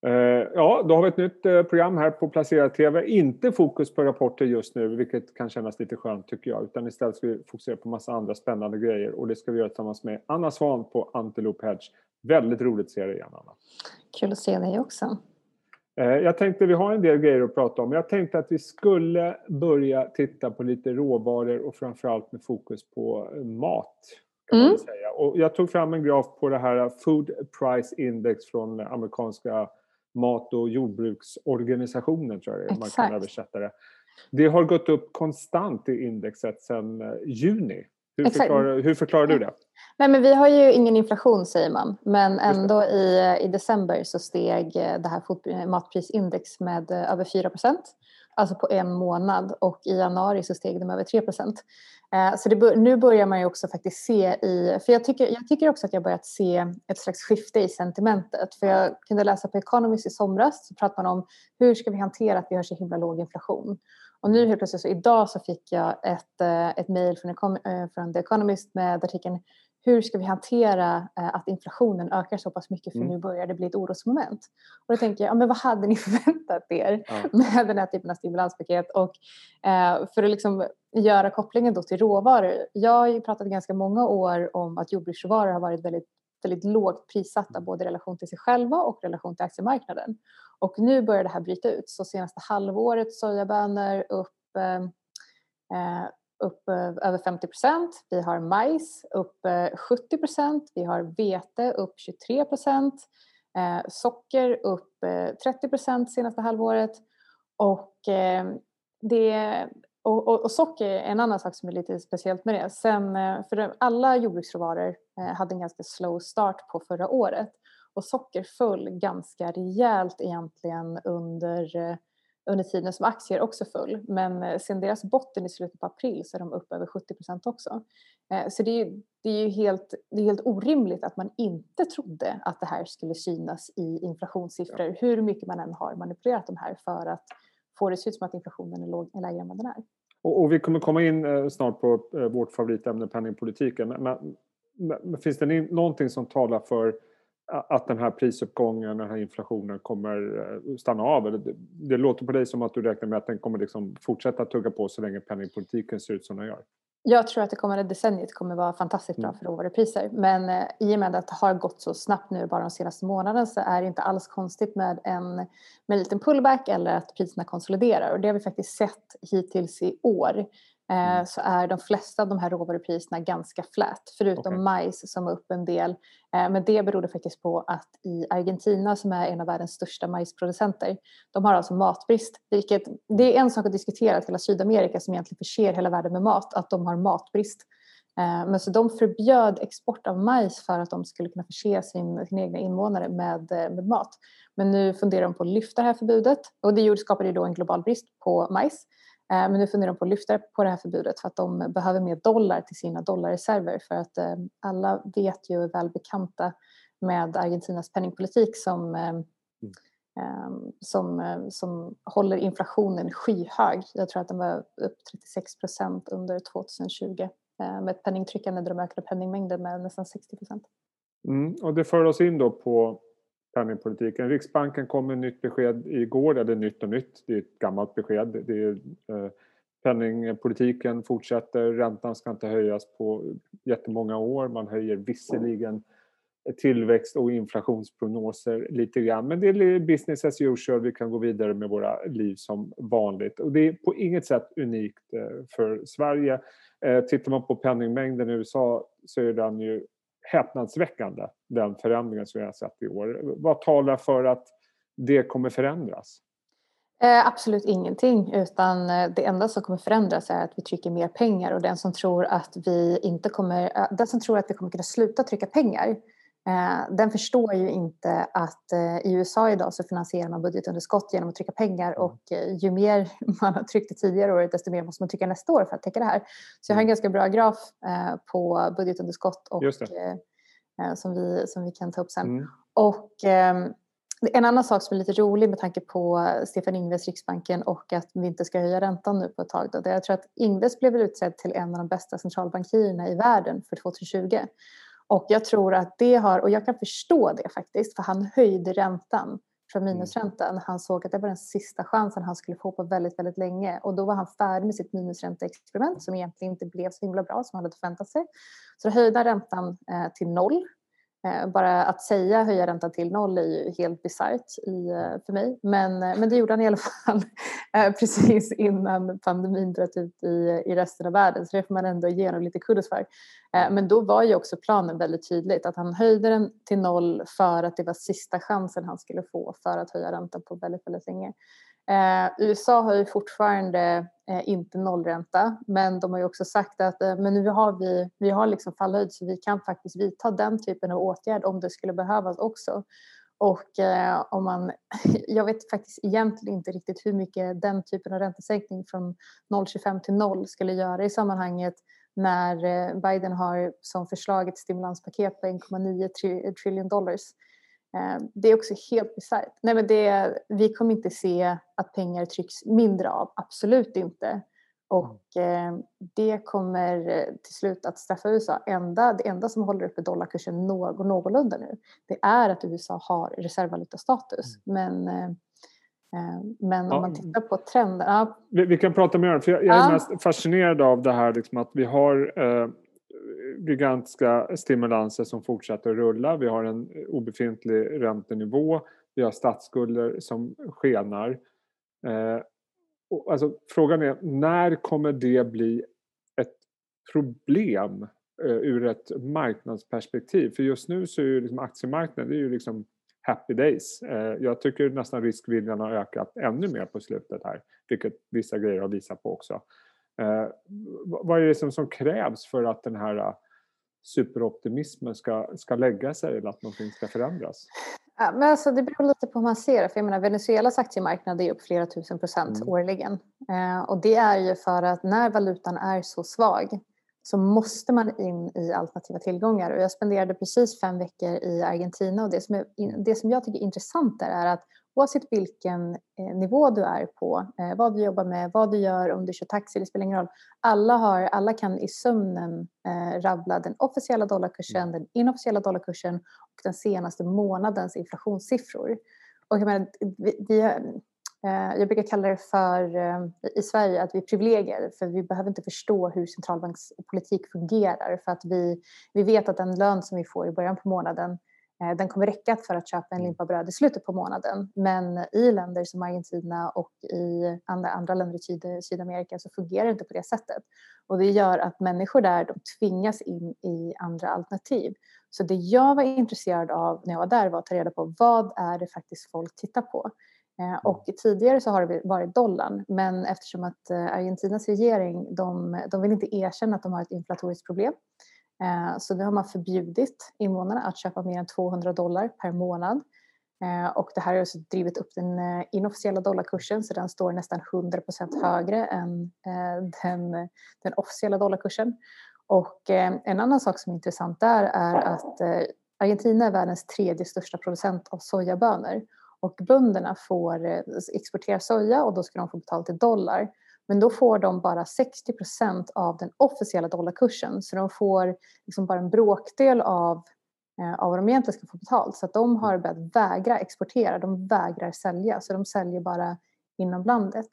Ja, då har vi ett nytt program här på Placerad TV. Inte fokus på rapporter just nu, vilket kan kännas lite skönt tycker jag. Utan istället ska vi fokusera på massa andra spännande grejer. Och det ska vi göra tillsammans med Anna Svan på Antelope Hedge. Väldigt roligt att se dig igen, Anna. Kul att se dig också. Jag tänkte, vi har en del grejer att prata om. Jag tänkte att vi skulle börja titta på lite råvaror och framförallt med fokus på mat. Kan man säga. Och jag tog fram en graf på det här Food Price Index från amerikanska mat- och jordbruksorganisationen, tror jag man kan översätta det. Det har gått upp konstant i indexet sedan juni. Hur förklarar du det? Nej, men vi har ju ingen inflation, säger man. Men ändå i december så steg det här matprisindex med över 4%. Alltså på en månad. Och i januari så steg det med över 3%. Så nu börjar man ju också faktiskt se för jag tycker också att jag börjat se ett slags skifte i sentimentet. För jag kunde läsa på Economist i somras, så pratar man om hur ska vi hantera att vi har så himla låg inflation. Och nu helt plötsligt så idag så fick jag ett mejl från The Economist med artikeln: hur ska vi hantera att inflationen ökar så pass mycket, för nu börjar det bli ett orosmoment. Och då tänker jag, men vad hade ni förväntat er med den här typen av stimulanspaket? Och för att liksom göra kopplingen då till råvaror. Jag har ju pratat ganska många år om att jordbruksråvaror har varit väldigt, väldigt lågt prissatta, både i relation till sig själva och i relation till aktiemarknaden. Och nu börjar det här bryta ut. Så senaste halvåret sojabönor upp över 50%. Vi har majs upp 70%. Vi har vete upp 23%. Socker upp 30% senaste halvåret. Och socker är en annan sak som är lite speciellt med det. Sen, för alla jordbruksråvaror hade en ganska slow start på förra året. Och socker föll ganska rejält egentligen under tiden som aktier också föll. Men sen deras botten i slutet på april så är de upp över 70% också. Så det är ju helt orimligt att man inte trodde att det här skulle synas i inflationssiffror. Hur mycket man än har manipulerat de här för att få det se ut som att inflationen är lägre än vad den är. Och vi kommer komma in snart på vårt favoritämne, penningpolitiken. Men finns det någonting som talar för att den här prisuppgången, den här inflationen kommer stanna av? Eller det låter på dig som att du räknar med att den kommer liksom fortsätta tugga på så länge penningpolitiken ser ut som den gör. Jag tror att det kommande decenniet kommer vara fantastiskt bra för råvarupriser. Men i och med att det har gått så snabbt nu bara de senaste månaderna, så är det inte alls konstigt med en liten pullback eller att priserna konsoliderar. Och det har vi faktiskt sett hittills i år. Så är de flesta av de här råvarupriserna ganska flat. Förutom majs som är upp en del. Men det beror faktiskt på att i Argentina, som är en av världens största majsproducenter, de har alltså matbrist. Det är en sak att diskutera att hela Sydamerika, som egentligen förser hela världen med mat, att de har matbrist. Men så de förbjöd export av majs för att de skulle kunna förse sina egna invånare med mat. Men nu funderar de på att lyfta det här förbudet. Och det skapade ju då en global brist på majs. Men nu funderar de på att lyfta på det här förbudet för att de behöver mer dollar till sina dollarreserver. För att alla vet ju, är väl bekanta med Argentinas penningpolitik som håller inflationen skyhög. Jag tror att den var upp 36% under 2020 med ett penningtryckande där de ökade penningmängden med nästan 60%. Och det för oss in då på penningpolitiken. Riksbanken kom med nytt besked igår. Det är nytt och nytt. Det är ett gammalt besked. Det är, penningpolitiken fortsätter. Räntan ska inte höjas på jättemånga år. Man höjer visserligen tillväxt- och inflationsprognoser lite grann. Men det är business as usual. Vi kan gå vidare med våra liv som vanligt. Och det är på inget sätt unikt för Sverige. Tittar man på penningmängden i USA så är den ju häpnadsväckande, den förändringen som jag har sett i år. Vad talar för att det kommer förändras? Absolut ingenting, utan det enda som kommer förändras är att vi trycker mer pengar. Och den som tror att vi kommer kunna sluta trycka pengar, den förstår ju inte att i USA idag så finansierar man budgetunderskott genom att trycka pengar. Och ju mer man har tryckt det tidigare året, desto mer måste man trycka nästa år för att täcka det här. Så jag har en ganska bra graf på budgetunderskott och som vi kan ta upp sen. Och en annan sak som är lite rolig med tanke på Stefan Ingves, Riksbanken, och att vi inte ska höja räntan nu på ett tag. Jag tror att Ingves blev utsedd till en av de bästa centralbankirerna i världen för 2020. Och jag tror att det har, och jag kan förstå det faktiskt, för han höjde räntan från minusräntan. Han såg att det var den sista chansen han skulle få på väldigt, väldigt länge. Och då var han färdig med sitt minusränteexperiment som egentligen inte blev så himla bra som han hade förväntat sig. Så då höjde räntan till 0. Bara att säga höja räntan till 0 är ju helt bisarrt för mig. Men det gjorde han i alla fall precis innan pandemin bröt ut i resten av världen. Så det får man ändå ge honom lite kudos för. Men då var ju också planen väldigt tydligt. Att han höjde den till 0 för att det var sista chansen han skulle få för att höja räntan på väldigt, väldigt länge. USA har ju fortfarande inte nollränta, men de har ju också sagt att men nu vi har liksom fallhöjd så vi kan faktiskt vidta den typen av åtgärd om det skulle behövas också. Och jag vet faktiskt egentligen inte riktigt hur mycket den typen av räntesänkning från 0,25 till 0 skulle göra i sammanhanget när Biden har som förslag ett stimulanspaket på 1,9 trillion dollars. Det är också helt bisarrt. Nej, men vi kommer inte se att pengar trycks mindre av, absolut inte. Och det kommer till slut att straffa USA. Det enda som håller uppe dollarkursen någorlunda nu, det är att USA har reservvalutastatus. Men om man tittar på trenden... Ja. Vi kan prata mer om det, för jag är mest fascinerad av det här liksom, att vi har gigantiska stimulanser som fortsätter att rulla. Vi har en obefintlig räntenivå. Vi har statsskulder som skenar. Alltså, frågan är, när kommer det bli ett problem ur ett marknadsperspektiv? För just nu så är ju liksom aktiemarknaden, det är ju liksom happy days. Jag tycker nästan riskviljan har ökat ännu mer på slutet här, vilket vissa grejer har visat på också. Vad är det som krävs för att den här superoptimismen ska lägga sig eller att någonting ska förändras? Ja, men alltså, det beror lite på hur man ser det. För jag menar, Venezuelas aktiemarknad är upp flera 1000% årligen. Och det är ju för att när valutan är så svag så måste man in i alternativa tillgångar. Och jag spenderade precis 5 veckor i Argentina. Och det som jag tycker är intressant där är att oavsett vilken nivå du är på, vad du jobbar med, vad du gör, om du kör taxi, det spelar ingen roll. Alla kan i sömnen rabbla den officiella dollarkursen, den inofficiella dollarkursen och den senaste månadens inflationssiffror. Och jag menar, jag brukar kalla det för i Sverige att vi är privilegierade, för vi behöver inte förstå hur centralbankspolitik fungerar, för att vi vet att den lön som vi får i början på månaden, den kommer räcka för att köpa en limpa bröd i slutet på månaden. Men i länder som Argentina och i andra länder i Sydamerika så fungerar det inte på det sättet. Och det gör att människor där, de tvingas in i andra alternativ. Så det jag var intresserad av när jag var där var att ta reda på vad är det faktiskt folk tittar på. Och tidigare så har det varit dollarn, men eftersom att Argentinas regering, de vill inte erkänna att de har ett inflatoriskt problem. Så nu har man förbjudit invånarna att köpa mer än $200 per månad. Och det här har också drivit upp den inofficiella dollarkursen, så den står nästan 100% högre än den officiella dollarkursen. Och en annan sak som är intressant där är att Argentina är världens 3:e största producent av sojabönor. Och bönderna får exportera soja och då ska de få betalt i dollar. Men då får de bara 60% av den officiella dollarkursen. Så de får liksom bara en bråkdel av vad de egentligen ska få betalt. Så att de har börjat vägra exportera, de vägrar sälja. Så de säljer bara inom landet.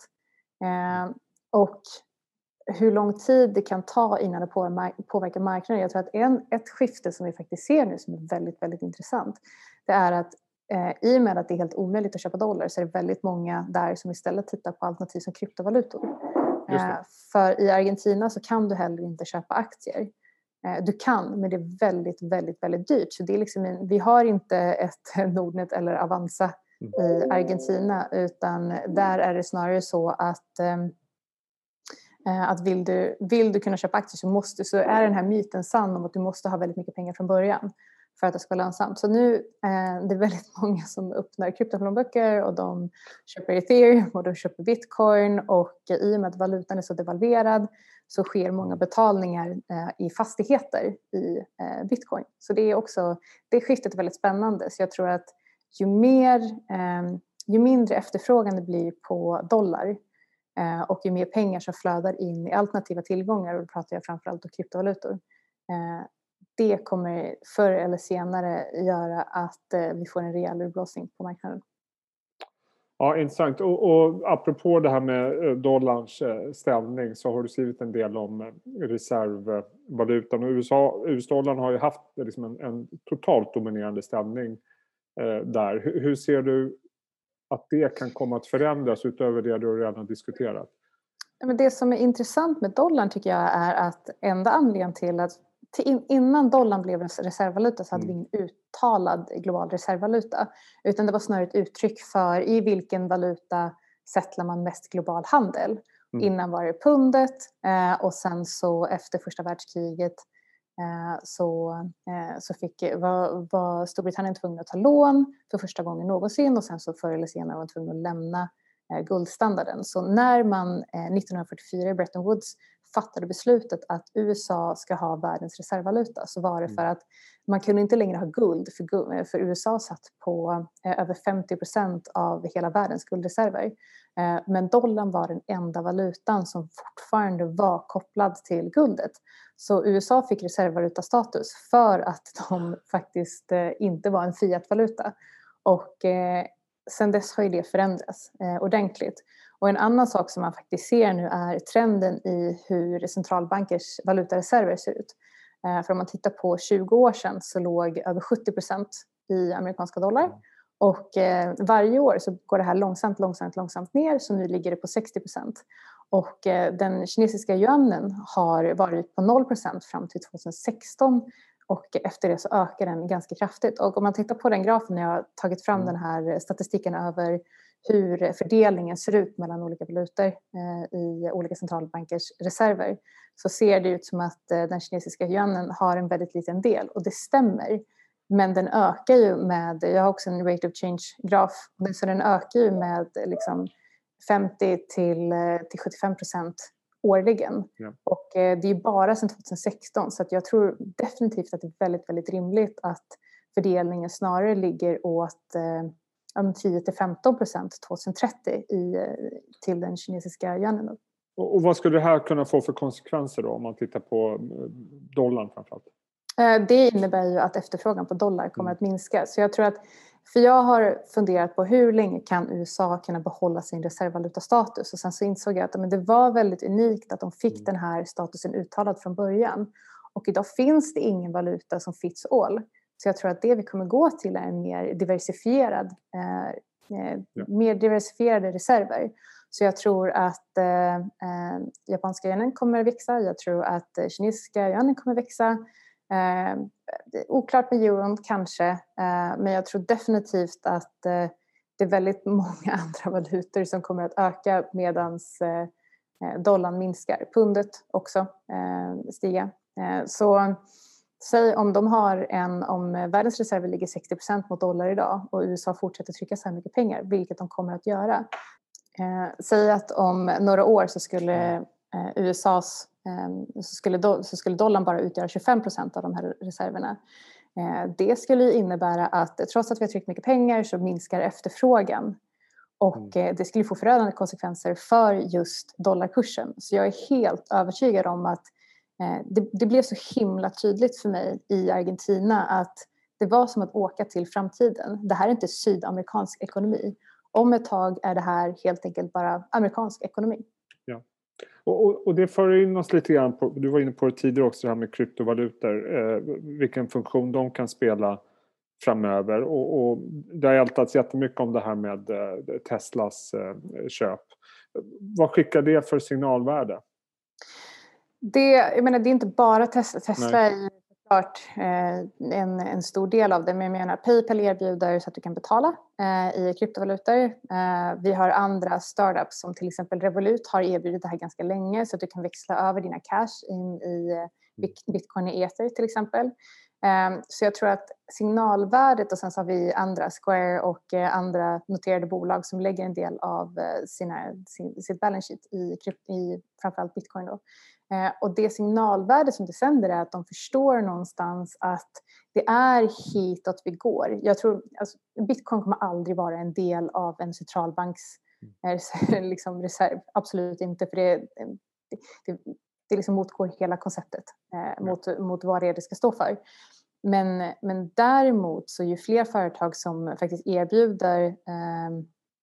Och hur lång tid det kan ta innan det påverkar marknaden. Jag tror att ett skifte som vi faktiskt ser nu som är väldigt, väldigt intressant. Det är att i och med att det är helt omöjligt att köpa dollar så är det väldigt många där som istället tittar på alternativ som kryptovalutor. För i Argentina så kan du heller inte köpa aktier. Du kan, men det är väldigt, väldigt, väldigt dyrt. Så det är liksom vi har inte ett Nordnet eller Avanza i Argentina, utan där är det snarare så att vill du kunna köpa aktier så är den här myten sann om att du måste ha väldigt mycket pengar från början för att det ska vara lönsamt. Så nu det är väldigt många som öppnar kryptoplånböcker och de köper ethereum och de köper bitcoin, och i och med att valutan är så devalverad så sker många betalningar i fastigheter i bitcoin. Så det skiftet är väldigt spännande. Så jag tror att ju mindre efterfrågan det blir på dollar och ju mer pengar som flödar in i alternativa tillgångar, och då pratar jag framförallt om kryptovalutor, det kommer förr eller senare göra att vi får en rejäl urblåsning på marknaden. Ja, intressant. Och apropå det här med dollarns ställning så har du skrivit en del om reservvalutan. Och US-dollarn har ju haft liksom en totalt dominerande ställning där. Hur ser du att det kan komma att förändras utöver det du redan har diskuterat? Men det som är intressant med dollarn tycker jag är att enda anledningen till att innan dollarn blev reservvaluta så hade vi ingen uttalad global reservvaluta. Utan det var snarare ett uttryck för i vilken valuta sättlar man mest global handel. Innan var det pundet och sen så efter första världskriget så var Storbritannien tvungen att ta lån för första gången någonsin och sen så förr eller senare var man tvungen att lämna guldstandarden. Så när man 1944 i Bretton Woods fattade beslutet att USA ska ha världens reservvaluta så var det för att man kunde inte längre ha guld för USA satt på över 50% av hela världens guldreserver. Men dollarn var den enda valutan som fortfarande var kopplad till guldet. Så USA fick reservvalutastatus för att de faktiskt inte var en fiatvaluta. Och sen dess har ju det förändrats ordentligt. Och en annan sak som man faktiskt ser nu är trenden i hur centralbankers valutareserver ser ut. För om man tittar på 20 år sedan så låg över 70% i amerikanska dollar. Och varje år så går det här långsamt ner så nu ligger det på 60%. Och den kinesiska yuanen har varit på 0% fram till 2016 och efter det så ökar den ganska kraftigt. Och om man tittar på den grafen när jag har tagit fram den här statistiken över hur fördelningen ser ut mellan olika valutor i olika centralbankers reserver så ser det ut som att den kinesiska yuanen har en väldigt liten del och det stämmer. Men den ökar ju med, jag har också en rate of change-graf, så den ökar ju med liksom 50-75% årligen. Ja. Och det är ju bara sedan 2016 så att jag tror definitivt att det är väldigt, väldigt rimligt att fördelningen snarare ligger åt 10-15% 2030 till den kinesiska yuanen. Och vad skulle det här kunna få för konsekvenser då om man tittar på dollarn framförallt? Det innebär ju att efterfrågan på dollar kommer att minska. Så jag tror att, för jag har funderat på hur länge kan USA kunna behålla sin reservvalutastatus och sen så insåg jag att det var väldigt unikt att de fick den här statusen uttalad från början. Och idag finns det ingen valuta som fits all. Så jag tror att det vi kommer gå till är en mer diversifierade reserver. Så jag tror att japanska yenen kommer växa. Jag tror att kinesiska yenen kommer växa. Oklart med euron kanske. Men jag tror definitivt att det är väldigt många andra valutor som kommer att öka medan dollarn minskar. Pundet också stiga. Så säg om om världens reserver ligger 60% mot dollar idag och USA fortsätter trycka så här mycket pengar, vilket de kommer att göra. Säg att om några år så skulle så skulle dollarn bara utgöra 25% av de här reserverna. Det skulle innebära att trots att vi har tryckt mycket pengar så minskar efterfrågan. Och det skulle få förödande konsekvenser för just dollarkursen. Så jag är helt övertygad om att det blev så himla tydligt för mig i Argentina att det var som att åka till framtiden. Det här är inte sydamerikansk ekonomi. Om ett tag är det här helt enkelt bara amerikansk ekonomi. Ja. Och det för in oss lite grann på, du var inne på det tidigare också, det här med kryptovalutor. Vilken funktion de kan spela framöver. Och det har ältats jättemycket om det här med Teslas köp. Vad skickar det för signalvärde? Det är inte bara Tesla är såklart en stor del av det. Men jag menar PayPal erbjuder så att du kan betala i kryptovalutor. Vi har andra startups som till exempel Revolut har erbjudit det här ganska länge så att du kan växla över dina cash in i Bitcoin i Ether till exempel. Så jag tror att signalvärdet och sen så har vi andra Square och andra noterade bolag som lägger en del av sitt balance sheet i framförallt Bitcoin då. Och det signalvärde som det sänder är att de förstår någonstans att det är hitåt vi går. Jag tror alltså, Bitcoin kommer aldrig vara en del av en centralbanks liksom reserv. Absolut inte, för det liksom motgår hela konceptet mot vad det ska stå för. Men däremot så ju fler företag som faktiskt erbjuder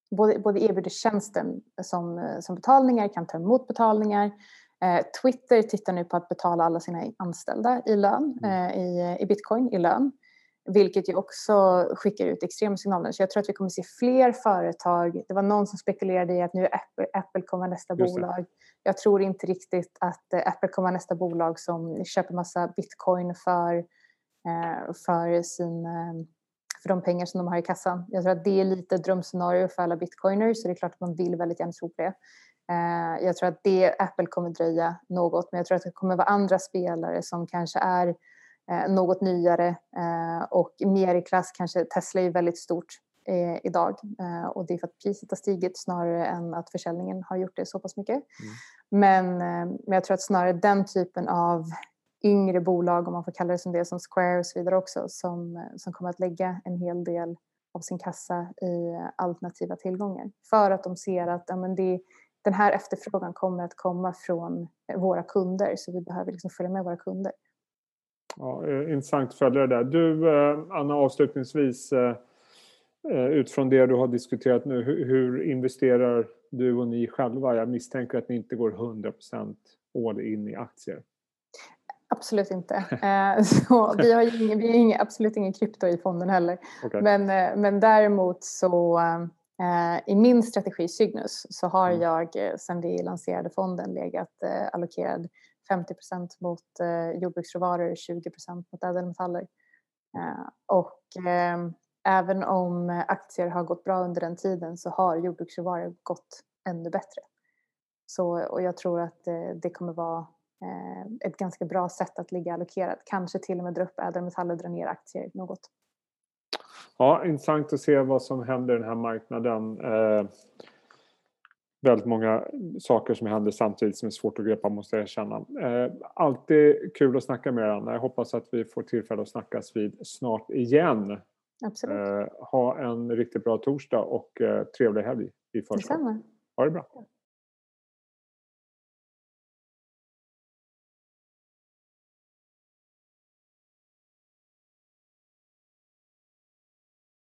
både erbjuder tjänsten som betalningar, kan ta emot betalningar. Twitter tittar nu på att betala alla sina anställda i lön, i bitcoin i lön. Vilket ju också skickar ut extrema signaler. Så jag tror att vi kommer se fler företag. Det var någon som spekulerade i att nu Apple kommer nästa bolag. Jag tror inte riktigt att Apple kommer nästa bolag som köper massa bitcoin för de pengar som de har i kassan. Jag tror att det är lite drömscenario för alla bitcoiners. Så det är klart att man vill väldigt gärna tro på det. Jag tror att Apple kommer dröja något. Men jag tror att det kommer vara andra spelare som kanske är något nyare och mer i klass. Kanske Tesla är väldigt stort idag. Och det är för att priset har stigit snarare än att försäljningen har gjort det så pass mycket. Men jag tror att snarare den typen av yngre bolag, om man får kalla det som det, som Square och så vidare också, som kommer att lägga en hel del av sin kassa i alternativa tillgångar. För att de ser att den här efterfrågan kommer att komma från våra kunder, så vi behöver liksom följa med våra kunder. Ja, intressant följa det där. Du, Anna, avslutningsvis, utifrån det du har diskuterat nu, hur investerar du och ni själva? Jag misstänker att ni inte går 100% all in i aktier. Absolut inte. Så vi har absolut ingen krypto i fonden heller. Okay. Men däremot så i min strategi Cygnus så har jag sedan vi lanserade fonden legat allokerad 50% mot jordbruksråvaror, 20% mot ädelmetaller. Och även om aktier har gått bra under den tiden så har jordbruksråvaror gått ännu bättre. Och jag tror att det kommer vara ett ganska bra sätt att ligga allokerat. Kanske till och med dra upp ädelmetaller och dra ner aktier något. Ja, intressant att se vad som händer i den här marknaden. Väldigt många saker som händer samtidigt som är svårt att greppa, måste jag erkänna. Alltid kul att snacka med er, Anna. Jag hoppas att vi får tillfälle att snackas vid snart igen. Absolut. Ha en riktigt bra torsdag och trevlig helg i förskott. Detsamma. Ha det bra.